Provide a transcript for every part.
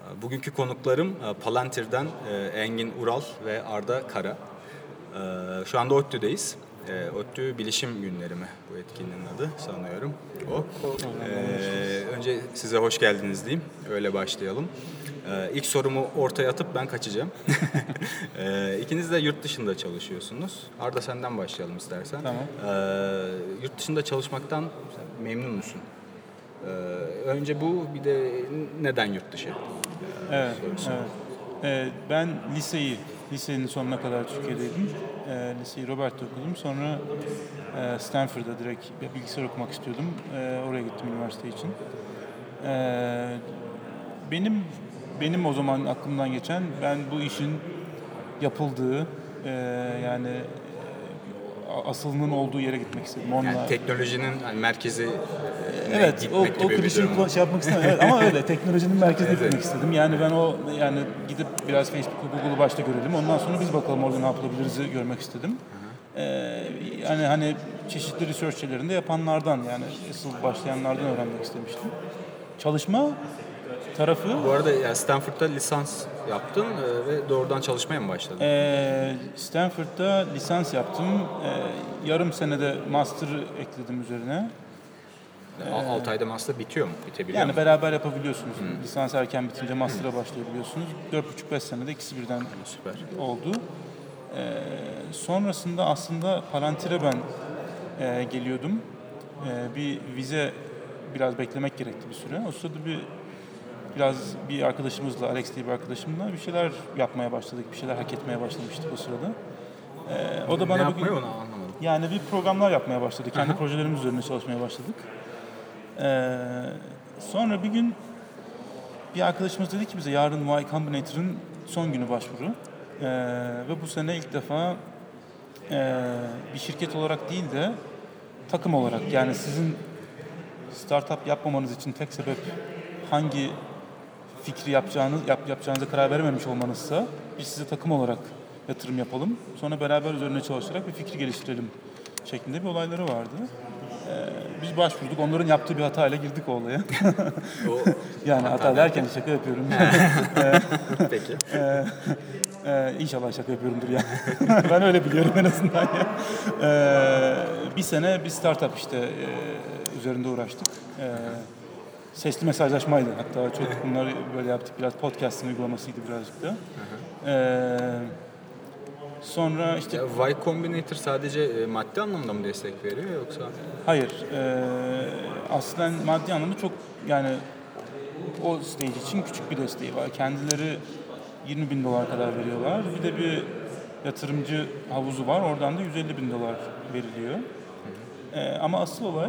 Bugünkü konuklarım Palantir'den Engin Ural ve Arda Kara. Şu anda ODTÜ'deyiz. ODTÜ Bilişim Günleri mi bu etkinliğin adı sanıyorum o. Önce size hoş geldiniz diyeyim, öyle başlayalım. İlk sorumu ortaya atıp ben kaçacağım. İkiniz de yurt dışında çalışıyorsunuz. Arda senden başlayalım istersen. Tamam. Yurt dışında çalışmaktan memnun musun? Önce bu, bir de neden yurt dışı? Evet. Ben lisenin sonuna kadar Türkiye'deydim. Liseyi Robert'te okudum. Sonra Stanford'a direkt bilgisayar okumak istiyordum. Oraya gittim üniversite için. Benim o zaman aklımdan geçen, ben bu işin yapıldığı, yani asılının olduğu yere gitmek istedim. Yani teknolojinin merkezi evet, gitmek o gibi bir durum. klişeyi şey yapmak istemem. Evet, ama öyle teknolojinin merkezine gitmek istedim. Yani ben gidip biraz Facebook'u, Google'u başta görelim. Ondan sonra biz bakalım orada ne yapabiliriz'i görmek istedim. Yani hani çeşitli research şeylerinde yapanlardan, yani asıl başlayanlardan öğrenmek istemiştim. Çalışma tarafı... Bu arada yani Stanford'da lisans yaptın ve doğrudan çalışmaya mı başladın? Stanford'da lisans yaptım. Yarım senede master ekledim üzerine. 6 ayda master bitiyor mu? Bitebiliyor mu? Yani beraber yapabiliyorsunuz. Lisans erken bitince master'a başlayabiliyorsunuz. 4,5-5 senede ikisi birden Süper oldu. Sonrasında aslında Palantir'e ben geliyordum. Bir vize biraz beklemek gerekti bir süre. O sırada bir arkadaşımızla, Alex diye bir arkadaşımla bir şeyler yapmaya başladık. Bir şeyler hak etmeye başlamıştık o sırada. O da bana ne yapmayı onu anlamadım. Yani bir programlar yapmaya başladık. Kendi projelerimiz üzerine çalışmaya başladık. Sonra bir gün bir arkadaşımız dedi ki bize, yarın Y Combinator'ın son günü başvuru. Ve bu sene ilk defa bir şirket olarak değil de takım olarak, yani sizin startup yapmamanız için tek sebep hangi fikri yapacağınıza karar verememiş olmanızsa, biz size takım olarak yatırım yapalım. Sonra beraber üzerine çalışarak bir fikri geliştirelim şeklinde bir olayları vardı. Biz başvurduk. Onların yaptığı bir hatayla girdik o olaya. Yani hata derken şaka yapıyorum. Peki. İnşallah şaka yapıyorumdur yani. Ben öyle biliyorum en azından ya. Bir sene bir startup üzerinde uğraştık. Sesli mesajlaşmaydı. Hatta çok bunları böyle yaptık. Biraz podcast'ın uygulamasıydı birazcık da. Sonra Y Combinator sadece maddi anlamda mı destek veriyor yoksa? Hayır. Aslında maddi anlamda çok, yani o stage için küçük bir desteği var. Kendileri $20,000 kadar veriyorlar. Bir de bir yatırımcı havuzu var. Oradan da $150,000 veriliyor. Ama asıl olay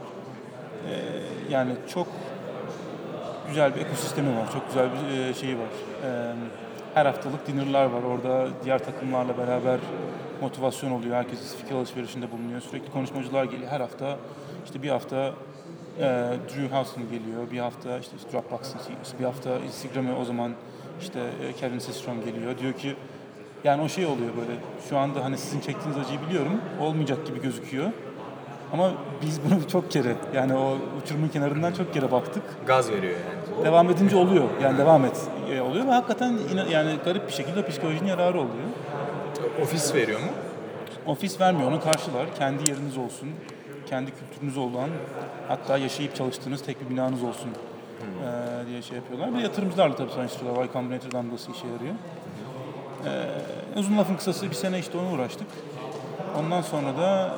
yani çok güzel bir ekosistemi var. Çok güzel bir şeyi var. Her haftalık dinner'lar var. Orada diğer takımlarla beraber motivasyon oluyor. Herkes fikir alışverişinde bulunuyor. Sürekli konuşmacılar geliyor. Her hafta bir hafta Drew Houston geliyor. Bir hafta Dropbox'ın CEO'su. Bir hafta Instagram'ı o zaman Kevin Systrom geliyor. Diyor ki, yani o şey oluyor böyle. Şu anda hani sizin çektiğiniz acıyı biliyorum. Olmayacak gibi gözüküyor. Ama biz bunu çok kere, yani o uçurumun kenarından çok kere baktık. Gaz veriyor yani. Devam edince oluyor. Yani devam et oluyor ve hakikaten yani garip bir şekilde psikolojinin yararı oluyor. Ofis veriyor mu? Ofis vermiyor, onu karşılar. Kendi yeriniz olsun, kendi kültürünüz olan, hatta yaşayıp çalıştığınız tek bir binanız olsun diye şey yapıyorlar. Ve yatırımcılarla tabii tanıştırıyorlar. Y Combinator damgası işe yarıyor. Uzun lafın kısası bir sene ona uğraştık. Ondan sonra da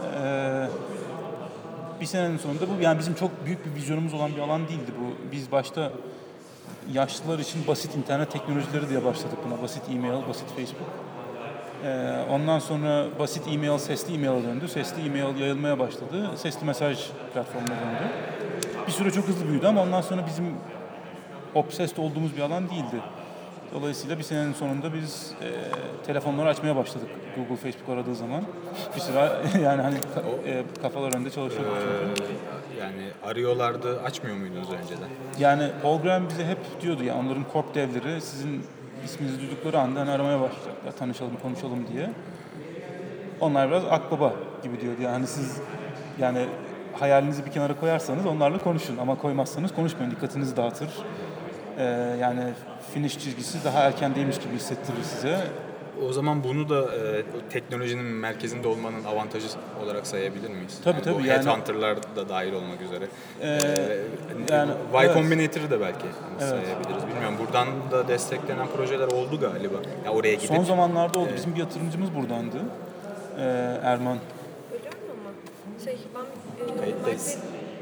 bir senenin sonunda bu, yani bizim çok büyük bir vizyonumuz olan bir alan değildi bu. Biz başta yaşlılar için basit internet teknolojileri diye başladık buna. Basit e-mail, basit Facebook. Ondan sonra basit e-mail, sesli e-mail'e döndü. Sesli e-mail yayılmaya başladı. Sesli mesaj platformuna döndü. Bir süre çok hızlı büyüdü ama ondan sonra bizim obsessed olduğumuz bir alan değildi. Dolayısıyla bir senenin sonunda biz telefonları açmaya başladık Google, Facebook aradığı zaman. Bir sıra yani hani kafalar önünde çalışıyorduk çünkü. Yani arıyorlardı, açmıyor muydunuz önceden? Yani Paul Graham bize hep diyordu ya, onların corp devleri sizin isminizi duydukları anda hani aramaya başlayacaklar, tanışalım, konuşalım diye. Onlar biraz akbaba gibi diyordu yani hani siz yani hayalinizi bir kenara koyarsanız onlarla konuşun ama koymazsanız konuşmayın, dikkatinizi dağıtır. Yani finish çizgisi daha erkendeymiş gibi hissettirir size. O zaman bunu da teknolojinin merkezinde olmanın avantajı olarak sayabilir miyiz? Tabii, Bu yani- Headhunter'lar da dahil olmak üzere. yani, Y evet. Combinator'ı da belki sayabiliriz. Bilmiyorum. Buradan da desteklenen projeler oldu galiba. Ya oraya gidip Son zamanlarda oldu. Bizim bir yatırımcımız buradandı. Erman. Ölüyorum ama ben Kayıttayız.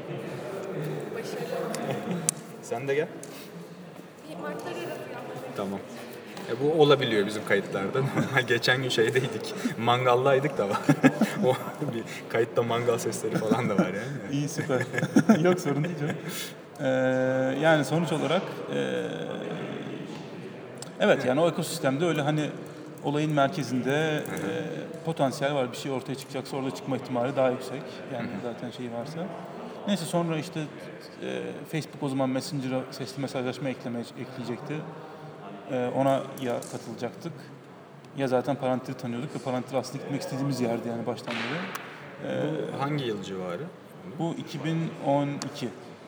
başarılı. sen de gel. Bir martlar yaratıyor. Tamam. Bu olabiliyor bizim kayıtlarda. Geçen gün şeydeydik. Mangaldaydık da var. O bir kayıtta mangal sesleri falan da var yani. İyi, süper. Yok, sorun değil canım. Yani sonuç olarak evet, yani o ekosistemde öyle hani olayın merkezinde potansiyel var. Bir şey ortaya çıkacaksa orada çıkma ihtimali daha yüksek. Yani zaten şey varsa. Neyse, sonra işte Facebook o zaman Messenger'a sesli mesajlaşma ekleyecekti. Ona ya katılacaktık ya zaten Palantir'i tanıyorduk ve Palantir aslında gitmek istediğimiz yerdi yani baştan beri. Bu hangi yıl civarı? Bu 2012.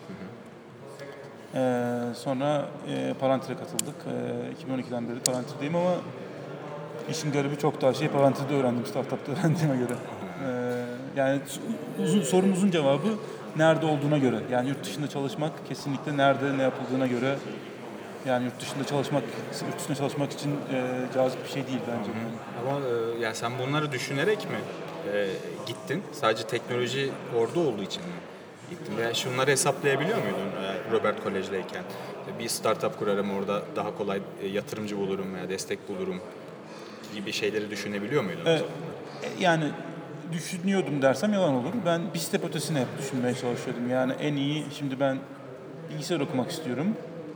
Sonra Palantir'e katıldık. 2012'den beri Palantir'deyim ama işin garibi çok daha Palantir'de öğrendim, startup'ta öğrendiğime göre. Yani sorun uzun cevabı nerede olduğuna göre. Yani yurt dışında çalışmak kesinlikle nerede ne yapıldığına göre. Yani yurt dışında çalışmak için cazip bir şey değil bence. Ama yani sen bunları düşünerek mi gittin? Sadece teknoloji orada olduğu için mi gittin? Veya şunları hesaplayabiliyor muydun Robert Kolej'deyken? Bir startup kurarım, orada daha kolay yatırımcı bulurum veya destek bulurum gibi şeyleri düşünebiliyor muydun? Yani düşünüyordum dersem yalan olur. Ben bir step ötesine hep düşünmeye çalışıyordum. Yani en iyi, şimdi ben bilgisayar okumak istiyorum.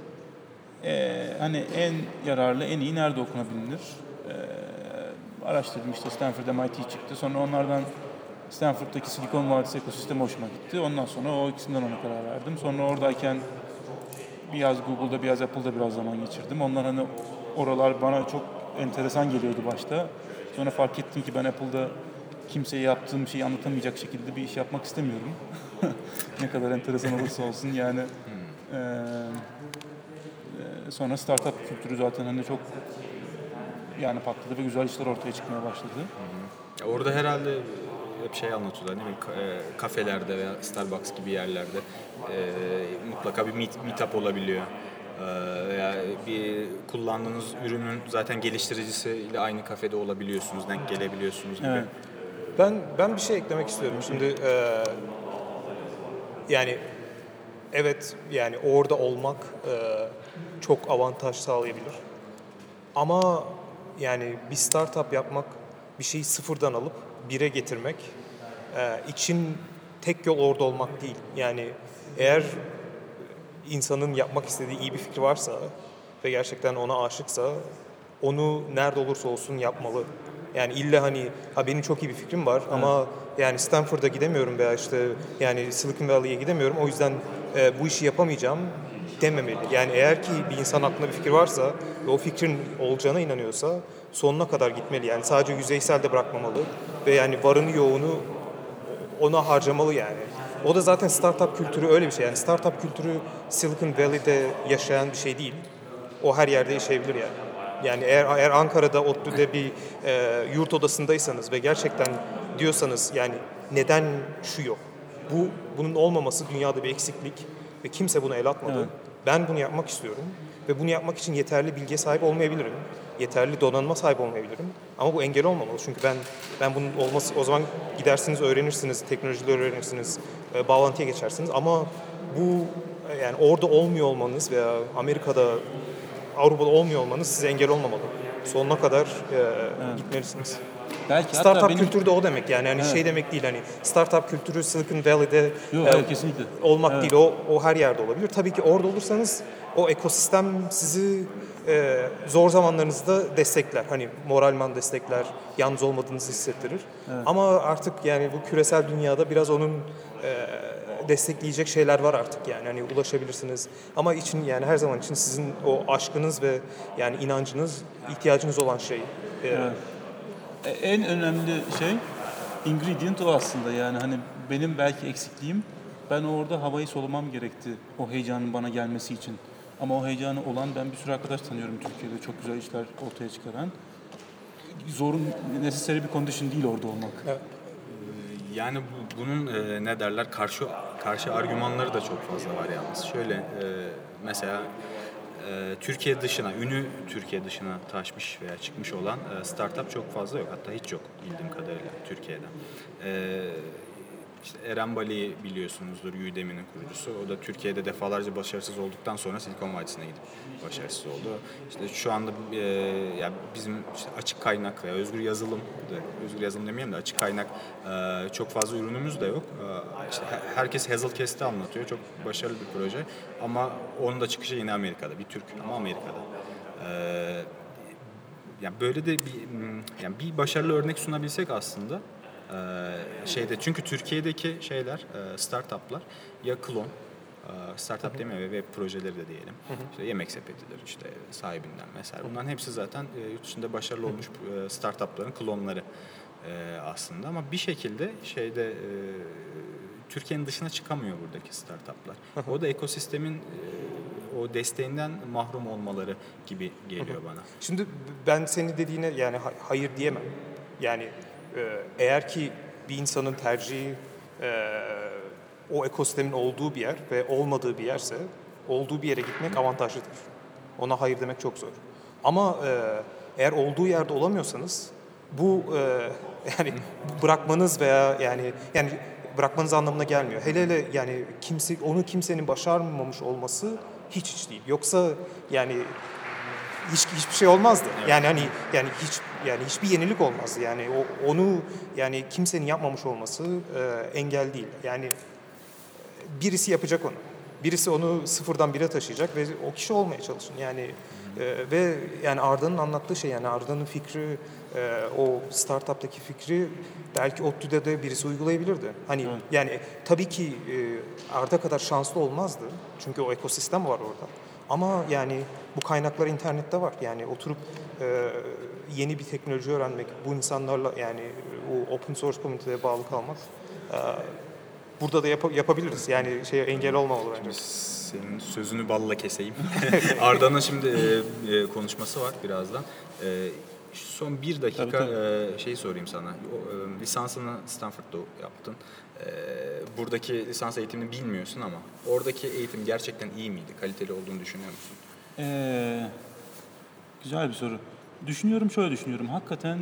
Hani en yararlı, en iyi nerede okunabilir? Araştırdım, işte Stanford, MIT çıktı. Sonra onlardan Stanford'daki Silikon Vadisi ekosistemi hoşuma gitti. Ondan sonra o ikisinden ona karar verdim. Sonra oradayken biraz Google'da, biraz Apple'da biraz zaman geçirdim. Onlar hani oralar bana çok enteresan geliyordu başta. Sonra fark ettim ki ben Apple'da kimseye yaptığım şeyi anlatamayacak şekilde bir iş yapmak istemiyorum. Ne kadar enteresan olursa olsun yani. Sonra startup kültürü zaten hani çok yani patladı ve güzel işler ortaya çıkmaya başladı. Orada herhalde hep şey anlatıyorlar değil mi? Kafelerde veya Starbucks gibi yerlerde mutlaka bir meetup olabiliyor. Veya bir kullandığınız ürünün zaten geliştiricisiyle aynı kafede olabiliyorsunuz, denk gelebiliyorsunuz gibi. Evet. Ben bir şey eklemek istiyorum. Şimdi yani evet, yani orada olmak çok avantaj sağlayabilir. Ama yani bir startup yapmak, bir şeyi sıfırdan alıp bire getirmek için tek yol orada olmak değil. Yani eğer insanın yapmak istediği iyi bir fikri varsa ve gerçekten ona aşıksa onu nerede olursa olsun yapmalı. Yani illa hani benim çok iyi bir fikrim var ama yani Stanford'a gidemiyorum veya işte yani Silicon Valley'e gidemiyorum, o yüzden bu işi yapamayacağım dememeli. Yani eğer ki bir insan aklında bir fikir varsa ve o fikrin olacağına inanıyorsa sonuna kadar gitmeli. Yani sadece yüzeysel de bırakmamalı ve yani varını yoğunu ona harcamalı yani. O da zaten startup kültürü öyle bir şey. Yani startup kültürü Silicon Valley'de yaşayan bir şey değil. O her yerde yaşayabilir yani. Yani eğer Ankara'da, ODTÜ'de bir yurt odasındaysanız ve gerçekten diyorsanız yani neden şu yok? Bunun olmaması dünyada bir eksiklik ve kimse buna el atmadı. Evet. Ben bunu yapmak istiyorum ve bunu yapmak için yeterli bilgiye sahip olmayabilirim. Yeterli donanıma sahip olmayabilirim. Ama bu engel olmamalı. Çünkü ben bunun olması, o zaman gidersiniz, öğrenirsiniz, teknolojileri öğrenirsiniz, bağlantıya geçersiniz. Ama bu yani orada olmuyor olmanız veya Amerika'da, Avrupa'da olmuyor olmanız size engel olmamalı. Sonuna kadar gitmelisiniz. Belki Startup hatta kültürü de o demek yani. Hani şey demek değil, hani startup kültürü Silicon Valley'de Yok, hayır, kesinlikle. olmak Evet. değil. O her yerde olabilir. Tabii ki orada olursanız o ekosistem sizi zor zamanlarınızda destekler. Hani moralman destekler, yalnız olmadığınızı hissettirir. Evet. Ama artık yani bu küresel dünyada biraz onun destekleyecek şeyler var artık yani. Hani ulaşabilirsiniz. Ama için yani her zaman için sizin o aşkınız ve yani inancınız, ihtiyacınız olan şey. Evet. En önemli şey ingredient o aslında, yani hani benim belki eksikliğim, ben orada havayı solumam gerekti o heyecanın bana gelmesi için. Ama o heyecanı olan ben bir sürü arkadaş tanıyorum Türkiye'de çok güzel işler ortaya çıkaran. Zorun necessary bir condition değil orada olmak. Yani bunun ne derler karşı argümanları da çok fazla var yalnız. Şöyle mesela Türkiye dışına, Türkiye dışına taşmış veya çıkmış olan startup çok fazla yok. Hatta hiç yok bildiğim kadarıyla Türkiye'de. İşte Eren Bali'yi biliyorsunuzdur, Udemy'nin kurucusu. O da Türkiye'de defalarca başarısız olduktan sonra Silikon Vadisi'ne gidip başarısız oldu. İşte şu anda ya bizim işte açık kaynak veya özgür yazılım demeyelim de açık kaynak çok fazla ürünümüz de yok. İşte herkes Hazelcast'i anlatıyor. Çok başarılı bir proje ama onun da çıkışı yine Amerika'da. Bir Türk ama Amerika'da. Yani böyle de bir başarılı örnek sunabilsek aslında çünkü Türkiye'deki startuplar ya klon startup demeye web projeleri de diyelim. İşte Yemek Sepeti'dir işte sahibinden mesela. Bunların hepsi zaten yurt dışında başarılı olmuş startupların klonları aslında ama bir şekilde Türkiye'nin dışına çıkamıyor buradaki startuplar. O da ekosistemin o desteğinden mahrum olmaları gibi geliyor bana. Şimdi ben senin dediğine yani hayır diyemem. Yani eğer ki bir insanın tercihi o ekosistemin olduğu bir yer ve olmadığı bir yerse olduğu bir yere gitmek avantajlıdır. Ona hayır demek çok zor. Ama eğer olduğu yerde olamıyorsanız bu yani bırakmanız veya yani bırakmanız anlamına gelmiyor. Hele yani kimsenin başarmamış olması hiç değil. Yoksa yani hiçbir şey olmazdı. Evet. Yani hiçbir yenilik olmazdı. Yani onu yani kimsenin yapmamış olması engel değil. Yani birisi yapacak onu. Birisi onu sıfırdan bire taşıyacak ve o kişi olmaya çalışın. Yani ve yani Arda'nın anlattığı şey yani Arda'nın fikri o startup'taki fikri belki ODTÜ'de de birisi uygulayabilirdi. Hani yani tabii ki Arda kadar şanslı olmazdı. Çünkü o ekosistem var orada. Ama yani bu kaynaklar internette var. Yani oturup yeni bir teknoloji öğrenmek, bu insanlarla yani o open source komüniteye bağlı kalmak burada da yapabiliriz. Yani engel olmamalı bence. Senin sözünü balla keseyim. Arda'nın şimdi konuşması var birazdan. Son bir dakika Tabii. Sorayım sana. Lisansını Stanford'da yaptın. Buradaki lisans eğitimini bilmiyorsun ama oradaki eğitim gerçekten iyi miydi? Kaliteli olduğunu düşünüyor musun? Güzel bir soru. Şöyle düşünüyorum. Hakikaten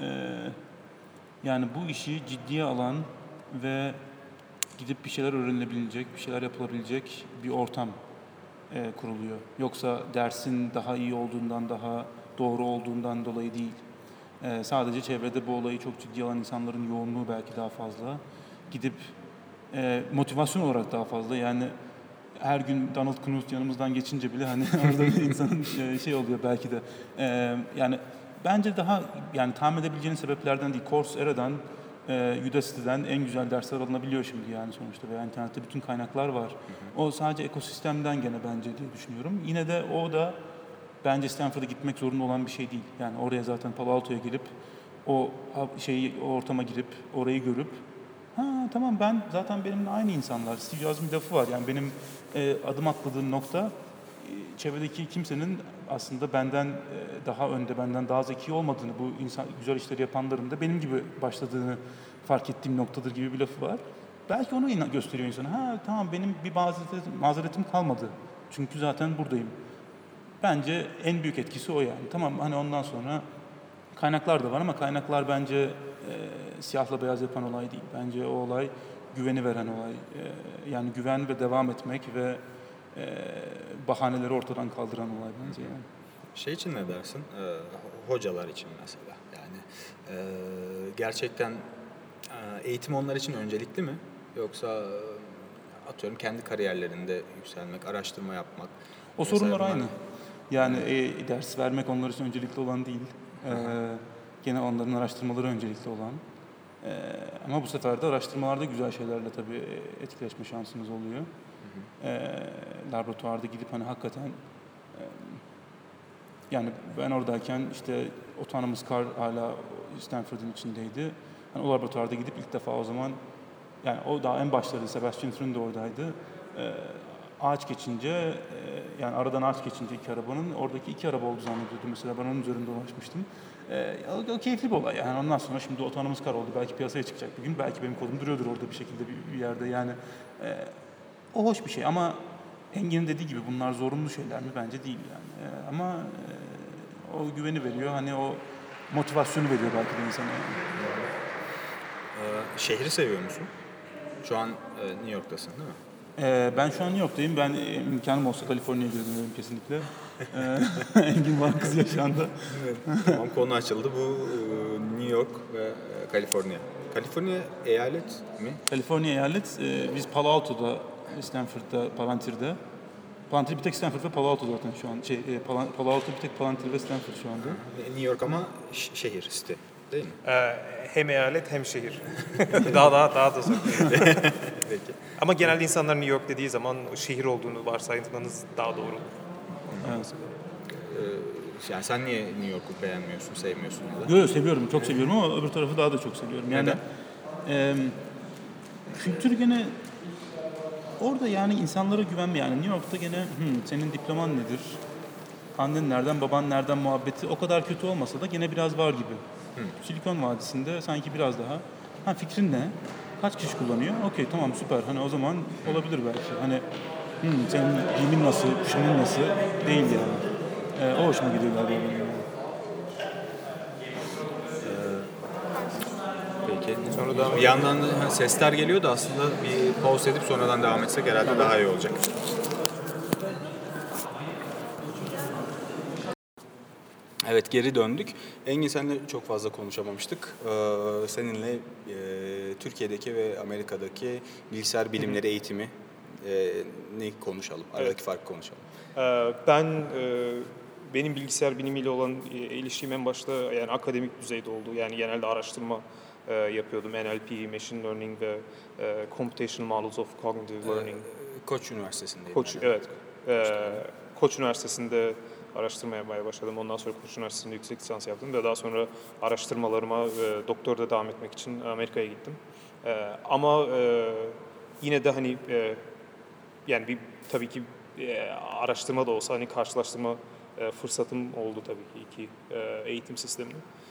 yani bu işi ciddiye alan ve gidip bir şeyler öğrenilebilecek, bir şeyler yapılabilecek bir ortam kuruluyor. Yoksa dersin daha iyi olduğundan, daha doğru olduğundan dolayı değil. Sadece çevrede bu olayı çok ciddiye alan insanların yoğunluğu belki daha fazla. Gidip motivasyon olarak daha fazla. Yani her gün Donald Knuth yanımızdan geçince bile hani orada bir insanın oluyor belki de. Yani bence daha yani tahmin edebileceğiniz sebeplerden değil. Coursera'dan, Udacity'den en güzel dersler alınabiliyor şimdi yani sonuçta veya internette bütün kaynaklar var. O sadece ekosistemden gene bence diye düşünüyorum. Yine de o da bence Stanford'a gitmek zorunda olan bir şey değil. Yani oraya zaten Palo Alto'ya gelip o ortama girip orayı görüp tamam zaten benimle aynı insanlar. Steve Jobs'un bir lafı var. Yani benim adım atladığım nokta çevredeki kimsenin aslında benden daha önde, benden daha zeki olmadığını, bu güzel işleri yapanların da benim gibi başladığını fark ettiğim noktadır gibi bir lafı var. Belki onu gösteriyor insana. Tamam benim bir mazeretim kalmadı. Çünkü zaten buradayım. Bence en büyük etkisi o yani. Tamam hani ondan sonra kaynaklar da var ama kaynaklar bence siyahla beyaz yapan olay değil. Bence o olay güveni veren olay. Yani güven ve devam etmek ve bahaneleri ortadan kaldıran olay bence yani. İçin ne dersin? Hocalar için mesela. Yani gerçekten eğitim onlar için öncelikli mi? Yoksa atıyorum kendi kariyerlerinde yükselmek, araştırma yapmak. O sorunlar aynı. Yani ders vermek onlar için öncelikli olan değil. Gene onların araştırmaları öncelikli olan. Ama bu sefer de araştırmalarda güzel şeylerle tabii etkileşme şansınız oluyor. Laboratuvarda gidip hani hakikaten yani ben oradayken işte Autonomous Car hala Stanford'un içindeydi. Hani o laboratuvarda gidip ilk defa o zaman yani o daha en başlarda Sebastian Thrun da oradaydı. ağaç geçince, yani aradan ağaç geçince iki arabanın, oradaki iki araba olduğu zannediyordum. Mesela ben onun üzerinde dolaşmıştım. O keyifli bir olay yani. Ondan sonra şimdi otonomuz kar oldu. Belki piyasaya çıkacak bir gün. Belki benim kodum duruyordur orada bir şekilde bir yerde. Yani o hoş bir şey ama Engin'in dediği gibi bunlar zorunlu şeyler mi? Bence değil yani. Ama o güveni veriyor. Hani o motivasyonu veriyor belki de insana. Yani. Şehri seviyor musun? Şu an New York'tasın değil mi? Ben şu an New York'tayım. Ben imkanım olsa Kaliforniya'ya giderim kesinlikle. Engin var kız yaşandı. Tamam, konu açıldı. Bu New York ve Kaliforniya. Kaliforniya eyalet mi? Kaliforniya eyalet. Biz Palo Alto'da, Stanford'da, Palantir'de. Palantir bir tek Stanford ve Palo Alto zaten şu an. Palo Alto bir tek Palantir ve Stanford şu anda. New York ama şehir, city değil mi? Hem eyalet hem şehir. daha da zor. Peki. Ama genelde insanlar New York dediği zaman şehir olduğunu varsaymanız daha doğru. Evet. Yani sen niye New York'u beğenmiyorsun, sevmiyorsun ya da? Yo, seviyorum, çok seviyorum ama öbür tarafı daha da çok seviyorum. Yani kültür gene orada yani insanlara güvenme yani. New York'ta gene senin diploman nedir? Annen nereden, baban nereden muhabbeti o kadar kötü olmasa da gene biraz var gibi. Silikon Vadisi'nde sanki biraz daha. Fikrin ne? Kaç kişi kullanıyor? Okey, tamam, süper. Hani o zaman olabilir belki. Hani senin giyimin nasıl, kuşamın nasıl değil yani. O hoşuma gidiyor galiba benim. Yani. Peki. Sonra devam Bir yandan da sesler geliyor da aslında bir pause edip sonradan devam etsek herhalde daha iyi olacak. Evet, geri döndük. Engin, seninle çok fazla konuşamamıştık. Seninle Türkiye'deki ve Amerika'daki bilgisayar bilimleri eğitimi ne konuşalım? Aradaki farkı konuşalım. Benim bilgisayar bilimiyle olan ilişkim en başta yani akademik düzeyde oldu. Yani genelde araştırma yapıyordum. NLP, Machine Learning ve Computational Models of Cognitive Learning. Koç Üniversitesi'ndeyim. Evet. Koç Üniversitesi'nde araştırma yapmaya başladım. Ondan sonra Koç Üniversitesi'nde yüksek lisans yaptım ve daha sonra araştırmalarıma doktorda devam etmek için Amerika'ya gittim. Ama yine de hani yani tabii ki araştırma da olsa hani karşılaştırma fırsatım oldu tabii ki iki eğitim sistemini.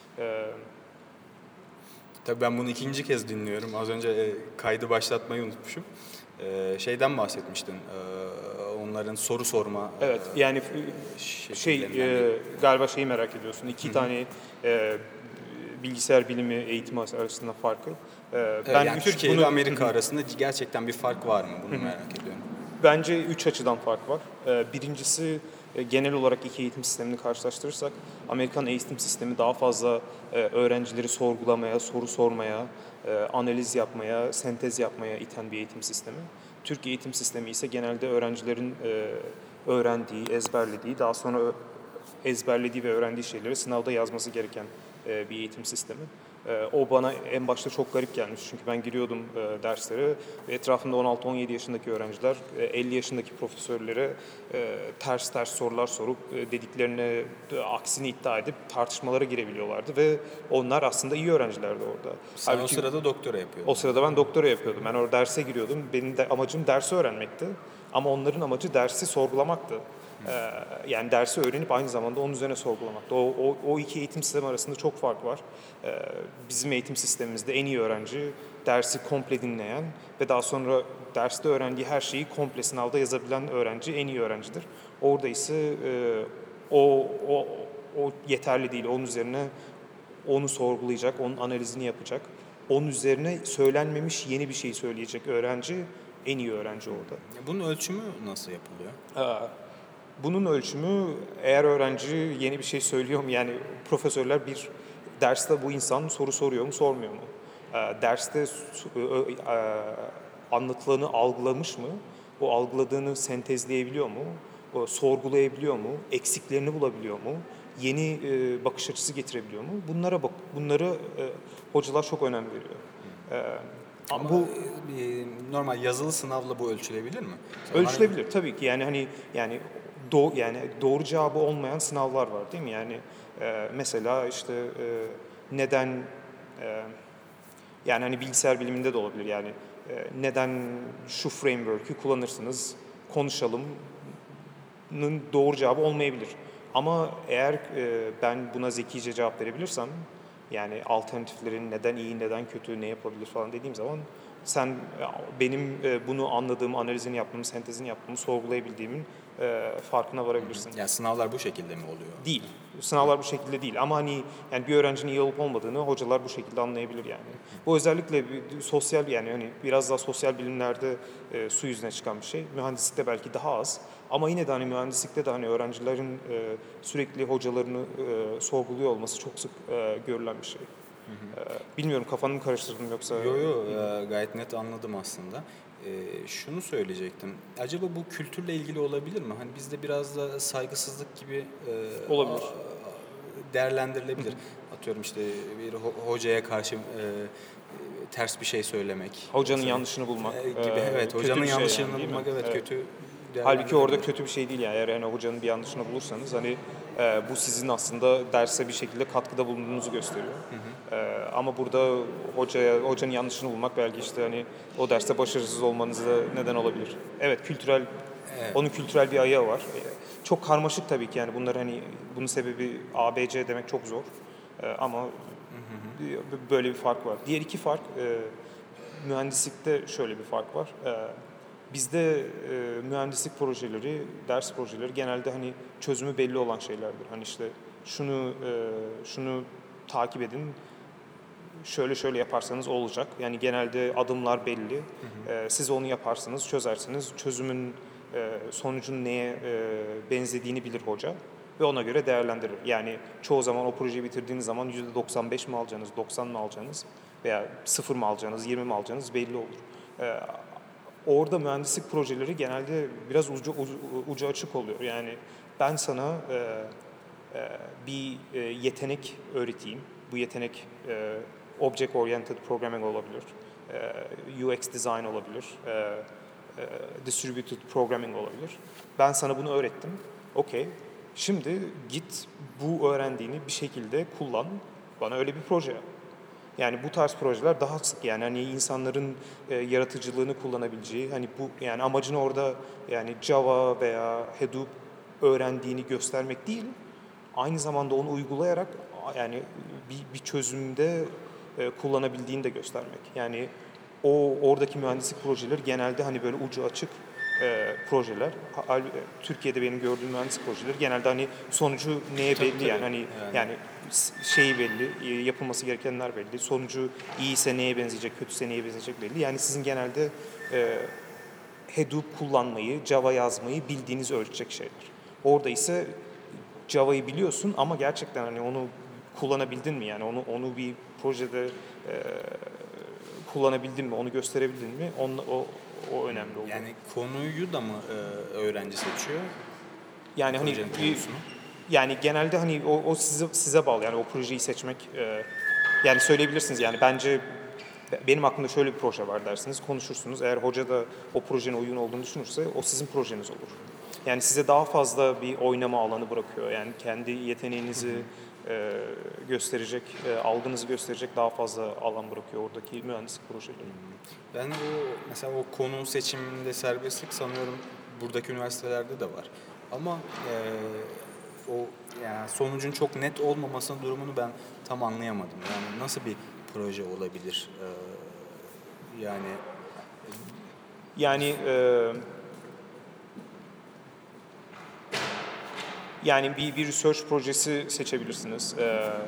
Tabii ben bunu ikinci kez dinliyorum. Az önce kaydı başlatmayı unutmuşum. Şeyden bahsetmiştin. Onların soru sorma. Evet, yani şekillerinden galiba şeyi merak ediyorsun. İki tane bilgisayar bilimi eğitimi arasında farkı. Yani Türkiye ile Amerika arasında gerçekten bir fark var mı? Bunu merak ediyorum. Bence 3 açıdan fark var. Birincisi genel olarak iki eğitim sistemini karşılaştırırsak Amerikan eğitim sistemi daha fazla öğrencileri sorgulamaya, soru sormaya, analiz yapmaya, sentez yapmaya iten bir eğitim sistemi. Türk eğitim sistemi ise genelde öğrencilerin öğrendiği, ezberlediği, daha sonra ezberlediği ve öğrendiği şeyleri sınavda yazması gereken bir eğitim sistemi. O bana en başta çok garip gelmiş çünkü ben giriyordum derslere ve etrafımda 16-17 yaşındaki öğrenciler 50 yaşındaki profesörlere ters sorular sorup dediklerine aksini iddia edip tartışmalara girebiliyorlardı ve onlar aslında iyi öğrencilerdi orada. Sen Halbuki, o sırada doktora yapıyordun. o sırada ben doktora yapıyordum. Ben orada derse giriyordum. Benim de amacım dersi öğrenmekti ama onların amacı dersi sorgulamaktı. Yani dersi öğrenip aynı zamanda onun üzerine sorgulamakta. O iki eğitim sistemi arasında çok fark var. Bizim eğitim sistemimizde en iyi öğrenci dersi komple dinleyen ve daha sonra derste öğrendiği her şeyi komple sınavda yazabilen öğrenci en iyi öğrencidir. Orada ise o yeterli değil. Onun üzerine onu sorgulayacak, onun analizini yapacak. Onun üzerine söylenmemiş yeni bir şey söyleyecek öğrenci en iyi öğrenci orada. Bunun ölçümü nasıl yapılıyor? Bunun ölçümü eğer öğrenci yeni bir şey söylüyor mu? Yani profesörler bir derste bu insan soru soruyor mu, sormuyor mu? Derste anlatılanı algılamış mı? O algıladığını sentezleyebiliyor mu? Sorgulayabiliyor mu? Eksiklerini bulabiliyor mu? Yeni bakış açısı getirebiliyor mu? Bunlara hocalar çok önem veriyor. Ama bu normal yazılı sınavla bu ölçülebilir mi? Ölçülebilir tabii ki. Yani doğru cevabı olmayan sınavlar var değil mi? Yani mesela işte neden yani hani bilgisayar biliminde de olabilir yani neden şu framework'ü kullanırsınız konuşalım'ın doğru cevabı olmayabilir. Ama eğer ben buna zekice cevap verebilirsem, yani alternatiflerin neden iyi, neden kötü, ne yapabilir falan dediğim zaman sen benim bunu anladığım, analizini yaptığımı, sentezini yaptığımı, sorgulayabildiğimin farkına varabilirsin. Yani sınavlar bu şekilde mi oluyor? Değil. Sınavlar bu şekilde değil ama hani yani bir öğrencinin iyi olup olmadığını hocalar bu şekilde anlayabilir yani. Bu özellikle sosyal, yani hani biraz daha sosyal bilimlerde su yüzüne çıkan bir şey. Mühendislikte belki daha az ama yine de hani mühendislikte de hani öğrencilerin sürekli hocalarını sorguluyor olması çok sık görülen bir şey. Bilmiyorum, kafanı mı karıştırdım yoksa? Yo, gayet net anladım aslında. Şunu söyleyecektim. Acaba bu kültürle ilgili olabilir mi? Hani bizde biraz da saygısızlık gibi Olabilir. değerlendirilebilir. Atıyorum işte bir hocaya karşı ters bir şey söylemek. Hocanın mesela, yanlışını bulmak gibi. Evet, kötü hocanın bir şey yanlışını yani, değil mi? bulmak evet, kötü. Halbuki orada değerlendirilebilir. kötü bir şey değil yani. Eğer yani hocanın bir yanlışını bulursanız hani bu sizin aslında derse bir şekilde katkıda bulunduğunuzu gösteriyor. Ama burada hocanın yanlışını bulmak belki işte hani o derste başarısız olmanıza neden olabilir. Evet, onun kültürel bir ayağı var. Çok karmaşık tabii ki, yani bunlar hani bunun sebebi A, B, C demek çok zor. Ama böyle bir fark var. Diğer iki fark, mühendislikte şöyle bir fark var. Bizde mühendislik projeleri, ders projeleri genelde hani çözümü belli olan şeylerdir. Hani işte şunu takip edin, şöyle şöyle yaparsanız olacak. Yani genelde adımlar belli. Siz onu yaparsanız, çözersiniz. Çözümün sonucun neye benzediğini bilir hoca ve ona göre değerlendirir. Yani çoğu zaman o projeyi bitirdiğiniz zaman %95 mi alacaksınız, 90 mı alacaksınız veya 0 mı alacaksınız, 20 mi alacaksınız belli olur. Orada mühendislik projeleri genelde biraz ucu açık oluyor. Yani ben sana bir yetenek öğreteyim. Bu yetenek Object Oriented Programming olabilir, UX Design olabilir, Distributed Programming olabilir. Ben sana bunu öğrettim. Okey. Şimdi git bu öğrendiğini bir şekilde kullan. Bana öyle bir proje yap. Yani bu tarz projeler daha sık, yani hani insanların yaratıcılığını kullanabileceği, hani bu yani amacın orada yani Java veya Hadoop öğrendiğini göstermek değil, aynı zamanda onu uygulayarak yani bir çözümde kullanabildiğini de göstermek. Yani oradaki mühendislik projeleri genelde hani böyle ucu açık projeler. Türkiye'de benim gördüğüm mühendislik projeleri genelde hani sonucu neye belli, Tabii. yani hani yani şeyi belli, yapılması gerekenler belli. Sonucu iyiyse neye benzeyecek, kötüyse neye benzeyecek belli. Yani sizin genelde Hadoop kullanmayı, Java yazmayı bildiğiniz ölçecek şeyler. Orada ise Java'yı biliyorsun ama gerçekten hani onu kullanabildin mi? Yani onu bir projede kullanabildin mi? Onu gösterebildin mi? O önemli oluyor. Yani konuyu da mı öğrenci seçiyor? Yani hani Projenin konusunu. yani genelde hani o size bağlı, yani o projeyi seçmek yani söyleyebilirsiniz, yani bence benim aklımda şöyle bir proje var dersiniz, konuşursunuz. Eğer hoca da o projenin uygun olduğunu düşünürse o sizin projeniz olur. Yani size daha fazla bir oynama alanı bırakıyor. Yani kendi yeteneğinizi gösterecek, algınızı gösterecek daha fazla alan bırakıyor oradaki mühendislik projeleri. Ben mesela o konu seçiminde serbestlik sanıyorum buradaki üniversitelerde de var. Ama o yani sonucun çok net olmamasının durumunu ben tam anlayamadım. Yani nasıl bir proje olabilir? Yani Yani yani bir research projesi seçebilirsiniz.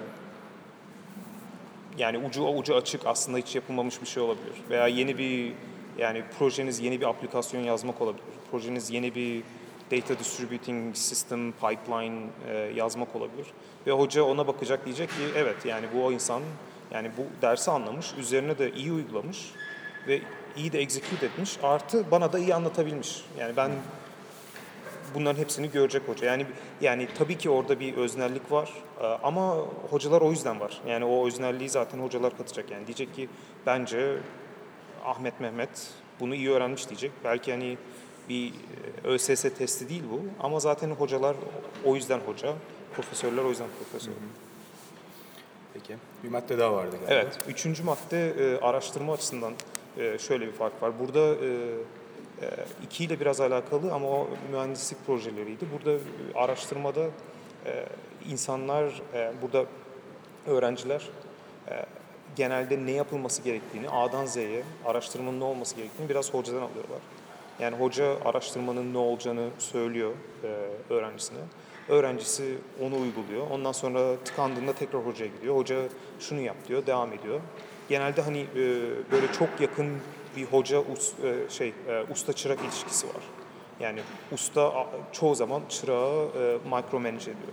Yani ucu açık, aslında hiç yapılmamış bir şey olabilir. Veya yani projeniz yeni bir aplikasyon yazmak olabilir. Projeniz yeni bir data distributing system pipeline yazmak olabilir. Ve hoca ona bakacak, diyecek ki evet, yani bu o insan yani bu dersi anlamış, üzerine de iyi uygulamış ve iyi de execute etmiş. Artı bana da iyi anlatabilmiş. Yani ben bunların hepsini görecek hoca. Yani tabii ki orada bir öznellik var ama hocalar o yüzden var. Yani o öznelliği zaten hocalar katacak. Yani diyecek ki bence Ahmet Mehmet bunu iyi öğrenmiş diyecek. Belki hani bir ÖSS testi değil bu ama zaten hocalar o yüzden hoca, profesörler o yüzden profesör. peki bir madde daha vardı galiba. Evet, üçüncü madde araştırma açısından şöyle bir fark var. Burada İkiyle biraz alakalı ama o mühendislik projeleriydi. Burada araştırmada insanlar, burada öğrenciler genelde ne yapılması gerektiğini, A'dan Z'ye araştırmanın ne olması gerektiğini biraz hocadan alıyorlar. Yani hoca araştırmanın ne olacağını söylüyor öğrencisine. Öğrencisi onu uyguluyor. Ondan sonra tıkandığında tekrar hocaya gidiyor. Hoca şunu yap diyor, devam ediyor. Genelde hani böyle çok yakın bir hoca usta çırak ilişkisi var. Yani usta çoğu zaman çırağı micromanage ediyor.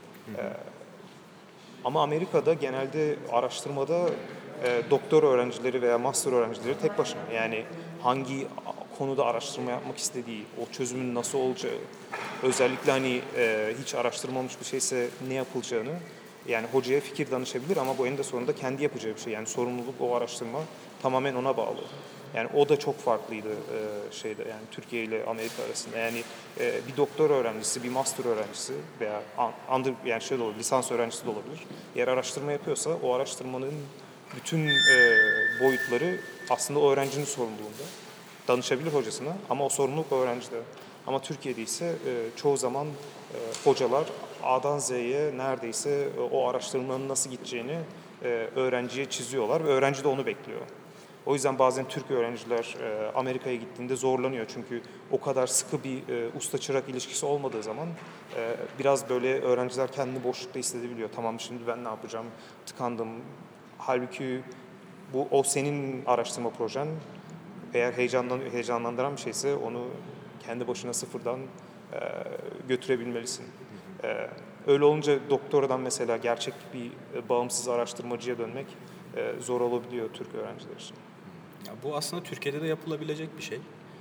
Ama Amerika'da genelde araştırmada doktor öğrencileri veya master öğrencileri tek başına. Yani hangi konuda araştırma yapmak istediği, o çözümün nasıl olacağı, özellikle hani hiç araştırmamış bir şeyse ne yapılacağını, yani hocaya fikir danışabilir ama bu eninde sonunda kendi yapacağı bir şey. Yani sorumluluk, o araştırma tamamen ona bağlı. Yani o da çok farklıydı yani Türkiye ile Amerika arasında. Yani bir doktor öğrencisi, bir master öğrencisi veya yani de olabilir, lisans öğrencisi de olabilir. Eğer araştırma yapıyorsa o araştırmanın bütün boyutları aslında o öğrencinin sorumluluğunda. Danışabilir hocasına ama o sorumluluk o öğrencide. Ama Türkiye'de ise çoğu zaman hocalar A'dan Z'ye neredeyse o araştırmanın nasıl gideceğini öğrenciye çiziyorlar ve öğrenci de onu bekliyor. O yüzden bazen Türk öğrenciler Amerika'ya gittiğinde zorlanıyor. Çünkü o kadar sıkı bir usta-çırak ilişkisi olmadığı zaman biraz böyle öğrenciler kendini boşlukta hissedebiliyor. Tamam, şimdi ben ne yapacağım, tıkandım. Halbuki o senin araştırma projen. Eğer heyecanlandıran bir şeyse onu kendi başına sıfırdan götürebilmelisin. Öyle olunca doktoradan mesela gerçek bir bağımsız araştırmacıya dönmek zor olabiliyor Türk öğrenciler için. Ya bu aslında Türkiye'de de yapılabilecek bir şey.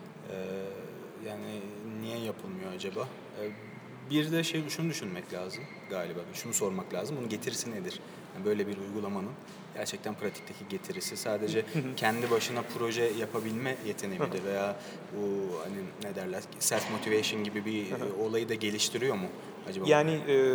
Yani niye yapılmıyor acaba? Bir de şunu düşünmek lazım galiba. Şunu sormak lazım. Bunun getirisi nedir? Yani böyle bir uygulamanın gerçekten pratikteki getirisi sadece kendi başına proje yapabilme yeteneği midir veya bu hani ne derler self motivation gibi bir olayı da geliştiriyor mu acaba? Yani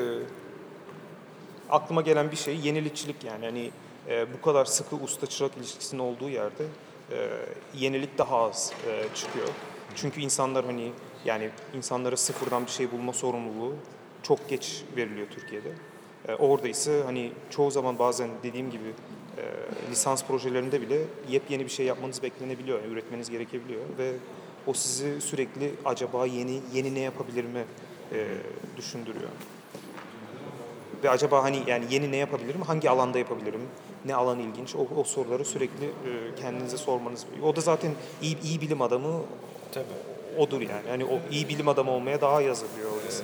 aklıma gelen bir şey yenilikçilik, yani hani bu kadar sıkı usta çırak ilişkisinin olduğu yerde yenilik daha az çıkıyor. Çünkü insanlar hani yani insanlara sıfırdan bir şey bulma sorumluluğu çok geç veriliyor Türkiye'de. Orada ise hani çoğu zaman bazen dediğim gibi lisans projelerinde bile yepyeni bir şey yapmanız beklenebiliyor, yani üretmeniz gerekebiliyor ve o sizi sürekli acaba yeni ne yapabilir mi düşündürüyor. Ve acaba hani yani yeni ne yapabilirim, hangi alanda yapabilirim, ne alan ilginç, o soruları sürekli kendinize sormanız. O da zaten iyi bilim adamı Tabii. odur yani. Hani o iyi bilim adamı olmaya daha iyi hazırlıyor orası.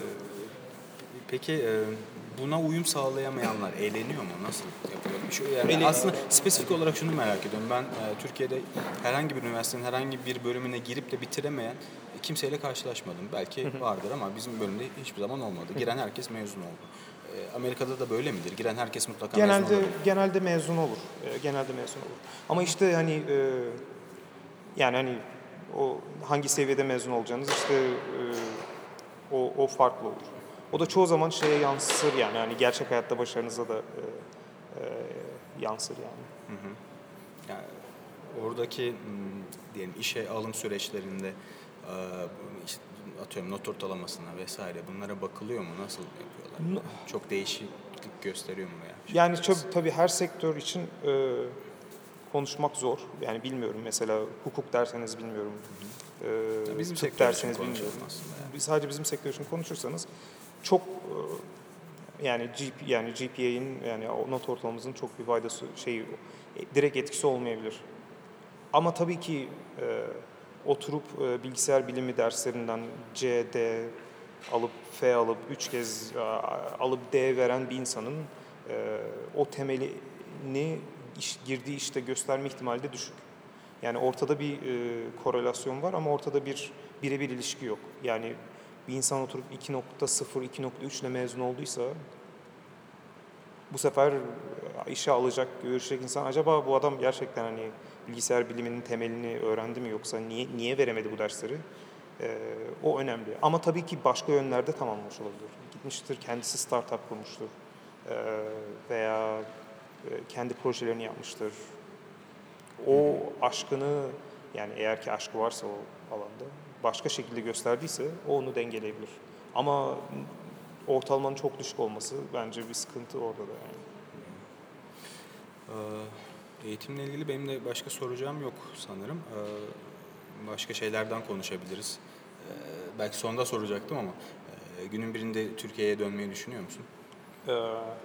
Peki buna uyum sağlayamayanlar eğleniyor mu? Nasıl yapıyor? Yani aslında spesifik olarak şunu merak ediyorum. Ben Türkiye'de herhangi bir üniversitenin herhangi bir bölümüne girip de bitiremeyen kimseyle karşılaşmadım. Belki vardır ama bizim bölümde hiçbir zaman olmadı. Giren herkes mezun oldu. Amerika'da da böyle midir? Giren herkes mutlaka mezun olur. Genelde mezun olur. Genelde mezun olur. Ama işte hani yani hani o hangi seviyede mezun olacağınız işte o farklı olur. O da çoğu zaman şeye yansır, yani hani gerçek hayatta başarınıza da yansır yani. Yani oradaki diyelim işe alım süreçlerinde işte atıyorum not ortalamasına vesaire bunlara bakılıyor mu? Nasıl yapıyorlar? Çok değişiklik gösteriyor mu ya? Yani tabii her sektör için konuşmak zor. Yani bilmiyorum, mesela hukuk derseniz bilmiyorum. Bizim tıp sektör için derseniz bilmiyorum. konuşalım aslında yani. Sadece bizim sektör için konuşursanız çok yani GPA'nin yani o not ortalamamızın çok bir faydası direkt etkisi olmayabilir. Ama tabii ki oturup bilgisayar bilimi derslerinden C, D alıp F alıp 3 kez alıp D veren bir insanın o temelini girdiği işte gösterme ihtimali de düşük. Yani ortada bir korelasyon var ama ortada birebir ilişki yok. Yani bir insan oturup 2.0, 2.3 ile mezun olduysa bu sefer işe alacak, görüşecek insan acaba bu adam gerçekten hani bilgisayar biliminin temelini öğrendi mi, yoksa niye veremedi bu dersleri? O önemli. Ama tabii ki başka yönlerde tamamlamış olabilir. Gitmiştir, kendisi startup kurmuştur. Veya kendi projelerini yapmıştır. O aşkını Yani eğer ki aşkı varsa o alanda, başka şekilde gösterdiyse o onu dengeleyebilir. Ama ortalamanın çok düşük olması bence bir sıkıntı orada da yani. Eğitimle ilgili benim de başka soracağım yok sanırım. Başka şeylerden konuşabiliriz. Belki sonda soracaktım ama günün birinde Türkiye'ye dönmeyi düşünüyor musun? Ee,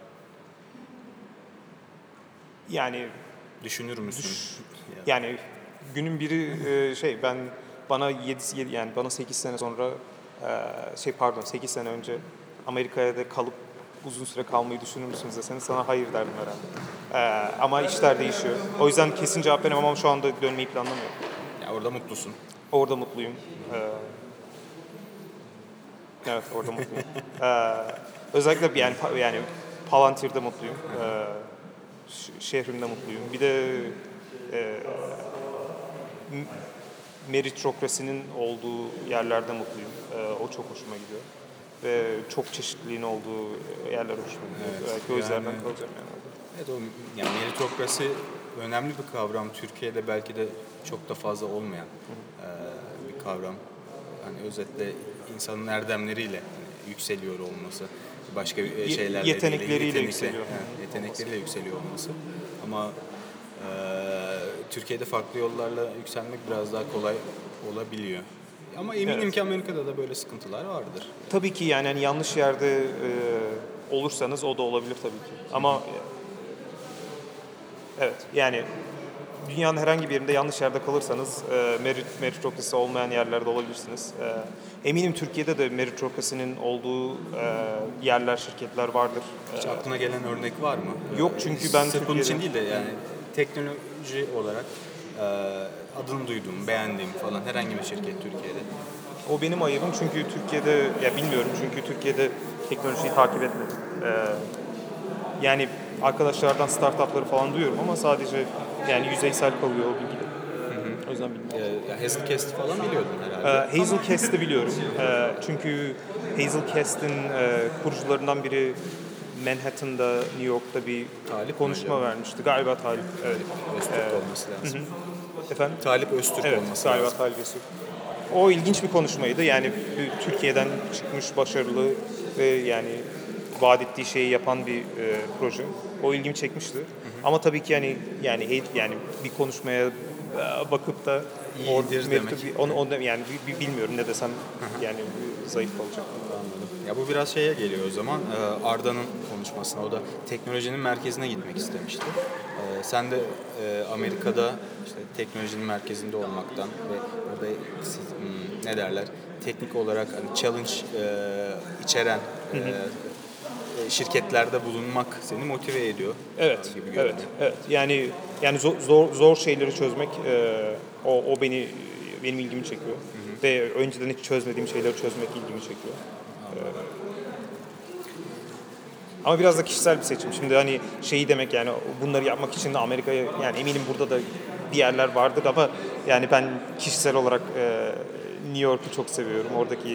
Yani Düşünür müsün? yani günün biri bana 8 sene sonra 8 sene önce Amerika'ya da kalıp uzun süre kalmayı düşünür müsünüz deseniz sana hayır derdim herhalde. Ama işler değişiyor. O yüzden kesin cevap veremem ama şu anda dönmeyi planlamıyorum. Ya orada mutlusun. Orada mutluyum. Evet, orada mutluyum. Özellikle yani Palantir'de mutluyum. Şehrimde mutluyum. Bir de meritokrasinin olduğu yerlerde mutluyum. O çok hoşuma gidiyor. Ve çok çeşitliliğin olduğu yerler hoşuma gidiyor. Evet, O yüzden yani- kalacağım yani. Evet, yani meritokrasi önemli bir kavram. Türkiye'de belki de çok da fazla olmayan bir kavram. Hani özetle insanın erdemleriyle yükseliyor olması, başka şeylerle Yetenekleriyle değil, yükseliyor. yetenekleriyle yükseliyor olması. Ama Türkiye'de farklı yollarla yükselmek biraz daha kolay olabiliyor. Ama eminim Evet. ki Amerika'da da böyle sıkıntılar vardır. Tabii ki yani hani yanlış yerde olursanız o da olabilir tabii ki. Ama evet yani dünyanın herhangi bir yerinde yanlış yerde kalırsanız meritokrasi olmayan yerlerde olabilirsiniz. Eminim Türkiye'de de meritokrasinin olduğu yerler, şirketler vardır. Hiç aklına gelen örnek var mı? Yok çünkü ben Sırf bunun için Türkiye'de- değil de yani teknoloji olarak adını duyduğum, beğendiğim falan herhangi bir şirket Türkiye'de. O benim ayıbım çünkü Türkiye'de, ya bilmiyorum çünkü Türkiye'de teknolojiyi takip etmedim. Yani arkadaşlardan startupları falan duyuyorum ama sadece yani yüzeysel kalıyor o bilgi. O yüzden bilmiyorum. Ya Hazelcast falan biliyordun herhalde. Hazelcast'ı biliyorum. Çünkü Hazelcast'in kurucularından biri Manhattan'da, New York'ta bir Talip konuşma miydi? vermişti. Galiba Talip. Evet. Öztürk olması lazım. Efendim? Talip Öztürk Evet, olması galiba lazım. Talip Öztürk. O ilginç bir konuşmaydı. Yani Türkiye'den çıkmış başarılı ve yani vaat ettiği şeyi yapan bir proje. O ilgimi çekmişti. Ama tabii ki yani bir konuşmaya bakıp da İyidir demek. yani bilmiyorum ne desem yani zayıf kalacak. Anladım. Ya bu biraz şeye geliyor o zaman. Arda'nın konuşmasına. O da teknolojinin merkezine gitmek istemişti. Sen de Amerika'da işte teknolojinin merkezinde olmaktan ve orada ne derler? Teknik olarak hani challenge içeren şirketlerde bulunmak seni motive ediyor. Evet, Gibi evet, görünüyor. evet. Yani zor şeyleri çözmek o benim ilgimi çekiyor. Ve önceden hiç çözmediğim şeyleri çözmek ilgimi çekiyor. Ama biraz da kişisel bir seçim. Şimdi hani şeyi demek yani bunları yapmak için de Amerika'ya yani eminim burada da bir yerler vardır ama yani ben kişisel olarak New York'u çok seviyorum.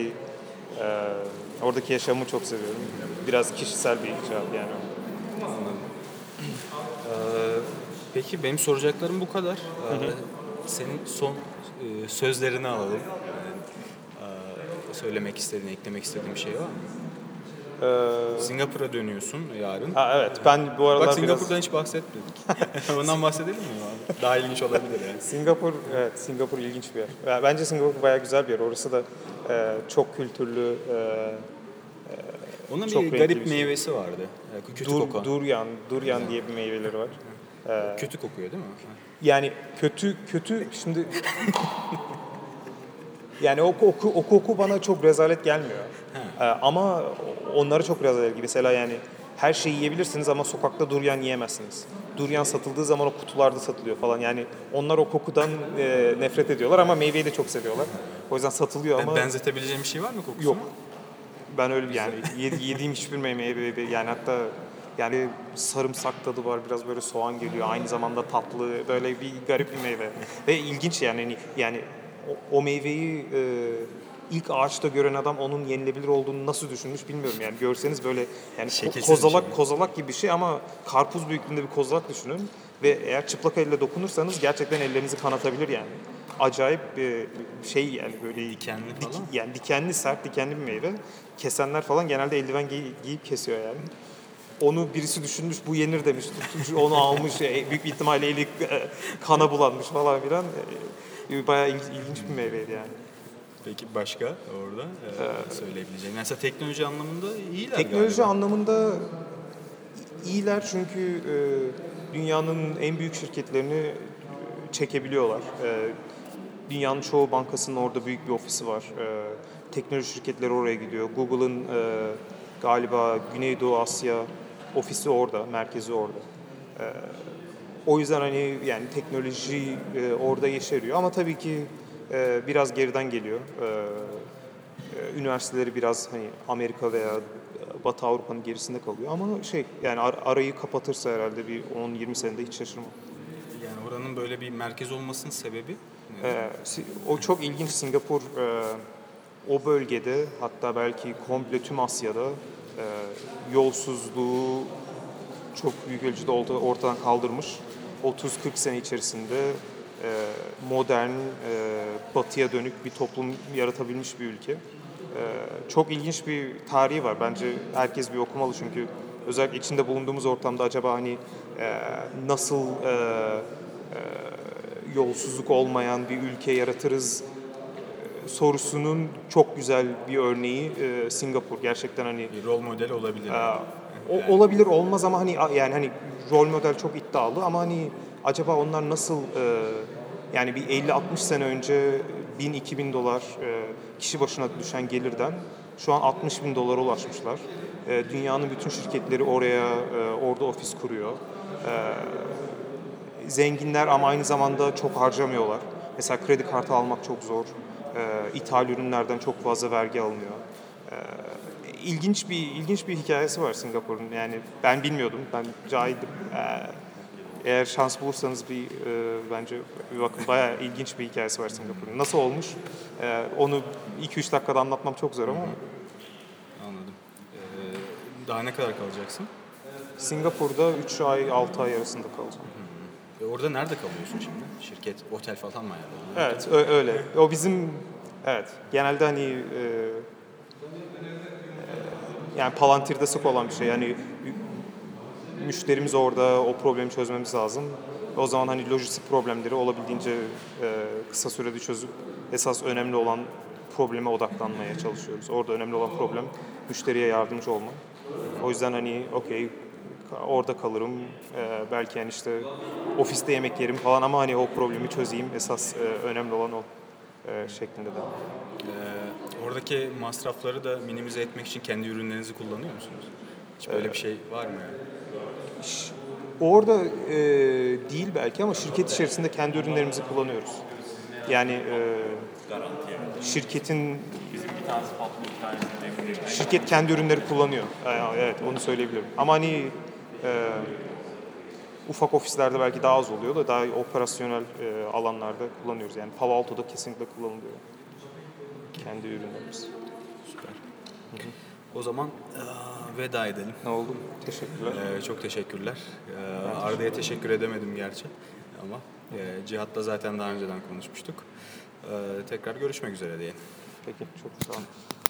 Oradaki yaşamı çok seviyorum. Biraz kişisel bir cevap yani. Peki benim soracaklarım bu kadar. Senin son sözlerini alalım. Söylemek istediğin, eklemek istediğin bir şey var mı? Singapur'a dönüyorsun yarın. Evet ben bu aralar Bak biraz... Singapur'dan hiç bahsetmedik. Ondan bahsedelim mi abi? Daha ilginç olabilir yani. Singapur ilginç bir yer. Bence Singapur bayağı güzel bir yer. Orası da çok kültürlü, Onun çok bir renkli garip bir şey. meyvesi vardı. Kötü kokan. Durian diye bir meyveleri var. Kötü kokuyor değil mi? Yani kötü şimdi yani o koku bana çok rezalet gelmiyor. Ama onlara çok rezalet geliyor. Mesela yani her şeyi yiyebilirsiniz ama sokakta durian yiyemezsiniz. Durian satıldığı zaman o kutularda satılıyor falan. Yani onlar o kokudan nefret ediyorlar ama meyveyi de çok seviyorlar. O yüzden satılıyor ama Benzetebileceğim bir şey var mı kokusuna? yok. Ben öyle yani yediğim hiçbir meyve yani hatta yani sarımsak tadı var, biraz böyle soğan geliyor. Aynı zamanda tatlı, böyle bir garip bir meyve. Ve ilginç yani o meyveyi ilk ağaçta gören adam onun yenilebilir olduğunu nasıl düşünmüş bilmiyorum yani. Görseniz böyle yani Şekilsiz kozalak bir şey. kozalak gibi bir şey ama karpuz büyüklüğünde bir kozalak düşünün ve eğer çıplak elle dokunursanız gerçekten ellerinizi kanatabilir yani. acayip bir şey yani böyle Dikenli falan. yani dikenli, sert dikenli bir meyve. Kesenler falan genelde eldiven giyip kesiyor yani. Onu birisi düşünmüş, bu yenir demiş. Tutmuş, onu almış, büyük bir ihtimalle eli kana bulanmış falan filan. Bayağı ilginç bir meyveydi yani. Peki başka orada söyleyebileceğim? Mesela teknoloji anlamında iyiler Teknoloji galiba. anlamında iyiler çünkü dünyanın en büyük şirketlerini çekebiliyorlar. Dünyanın çoğu bankasının orada büyük bir ofisi var. Teknoloji şirketleri oraya gidiyor. Google'ın galiba Güneydoğu Asya ofisi orada, merkezi orada. O yüzden hani yani teknoloji orada yeşeriyor ama tabii ki biraz geriden geliyor. Üniversiteleri biraz hani Amerika veya Batı Avrupa'nın gerisinde kalıyor ama yani arayı kapatırsa herhalde bir 10-20 senede hiç şaşırmam. Yani oranın böyle bir merkez olmasının sebebi O çok ilginç. Singapur o bölgede hatta belki komple tüm Asya'da yolsuzluğu çok büyük ölçüde ortadan kaldırmış. 30-40 sene içerisinde modern, batıya dönük bir toplum yaratabilmiş bir ülke. Çok ilginç bir tarihi var. Bence herkes bir okumalı çünkü özellikle içinde bulunduğumuz ortamda acaba hani nasıl yolsuzluk olmayan bir ülke yaratırız sorusunun çok güzel bir örneği Singapur. Gerçekten hani bir rol modeli olabilir. olabilir olmaz ama hani yani hani rol model çok iddialı ama hani acaba onlar nasıl yani bir 50-60 sene önce 1000-2000 dolar kişi başına düşen gelirden şu an 60 bin dolara ulaşmışlar. Dünyanın bütün şirketleri orada ofis kuruyor. Zenginler ama aynı zamanda çok harcamıyorlar. Mesela kredi kartı almak çok zor. İthal ürünlerden çok fazla vergi alınıyor. İlginç bir hikayesi var Singapur'un. Yani ben bilmiyordum. Ben cahildim. Eğer şans bulursanız bence bir bakın bayağı ilginç bir hikayesi var Singapur'un. Nasıl olmuş? Onu 2-3 dakikada anlatmam çok zor ama Anladım. Daha ne kadar kalacaksın? Singapur'da 3 ay 6 ay arasında kalacağım. Orada nerede kalıyorsun şimdi? Şirket, otel falan mı ayarladın? Evet, öyle. O bizim evet. Genelde hani yani Palantir'de sık olan bir şey. Yani müşterimiz orada, o problemi çözmemiz lazım. O zaman hani lojistik problemleri olabildiğince kısa sürede çözüp esas önemli olan probleme odaklanmaya çalışıyoruz. Orada önemli olan problem müşteriye yardımcı olmak. O yüzden hani okey orada kalırım. Belki yani işte ofiste yemek yerim falan ama hani o problemi çözeyim. Esas önemli olan o şeklinde de. Oradaki masrafları da minimize etmek için kendi ürünlerinizi kullanıyor musunuz? Hiç böyle bir şey var mı yani? Orada değil belki ama şirket içerisinde kendi ürünlerimizi kullanıyoruz. Yani şirket kendi ürünleri kullanıyor. Evet onu söyleyebilirim. Ama hani ufak ofislerde belki daha az oluyor da daha operasyonel alanlarda kullanıyoruz. Yani Palo Alto'da kesinlikle kullanılıyor. Kendi ürünlerimiz. Süper. O zaman veda edelim. Ne oldu? Teşekkürler. Çok teşekkürler. Arda'ya teşekkür edemedim gerçi ama Cihat'la zaten daha önceden konuşmuştuk. Tekrar görüşmek üzere diyelim. Peki çok sağ olun.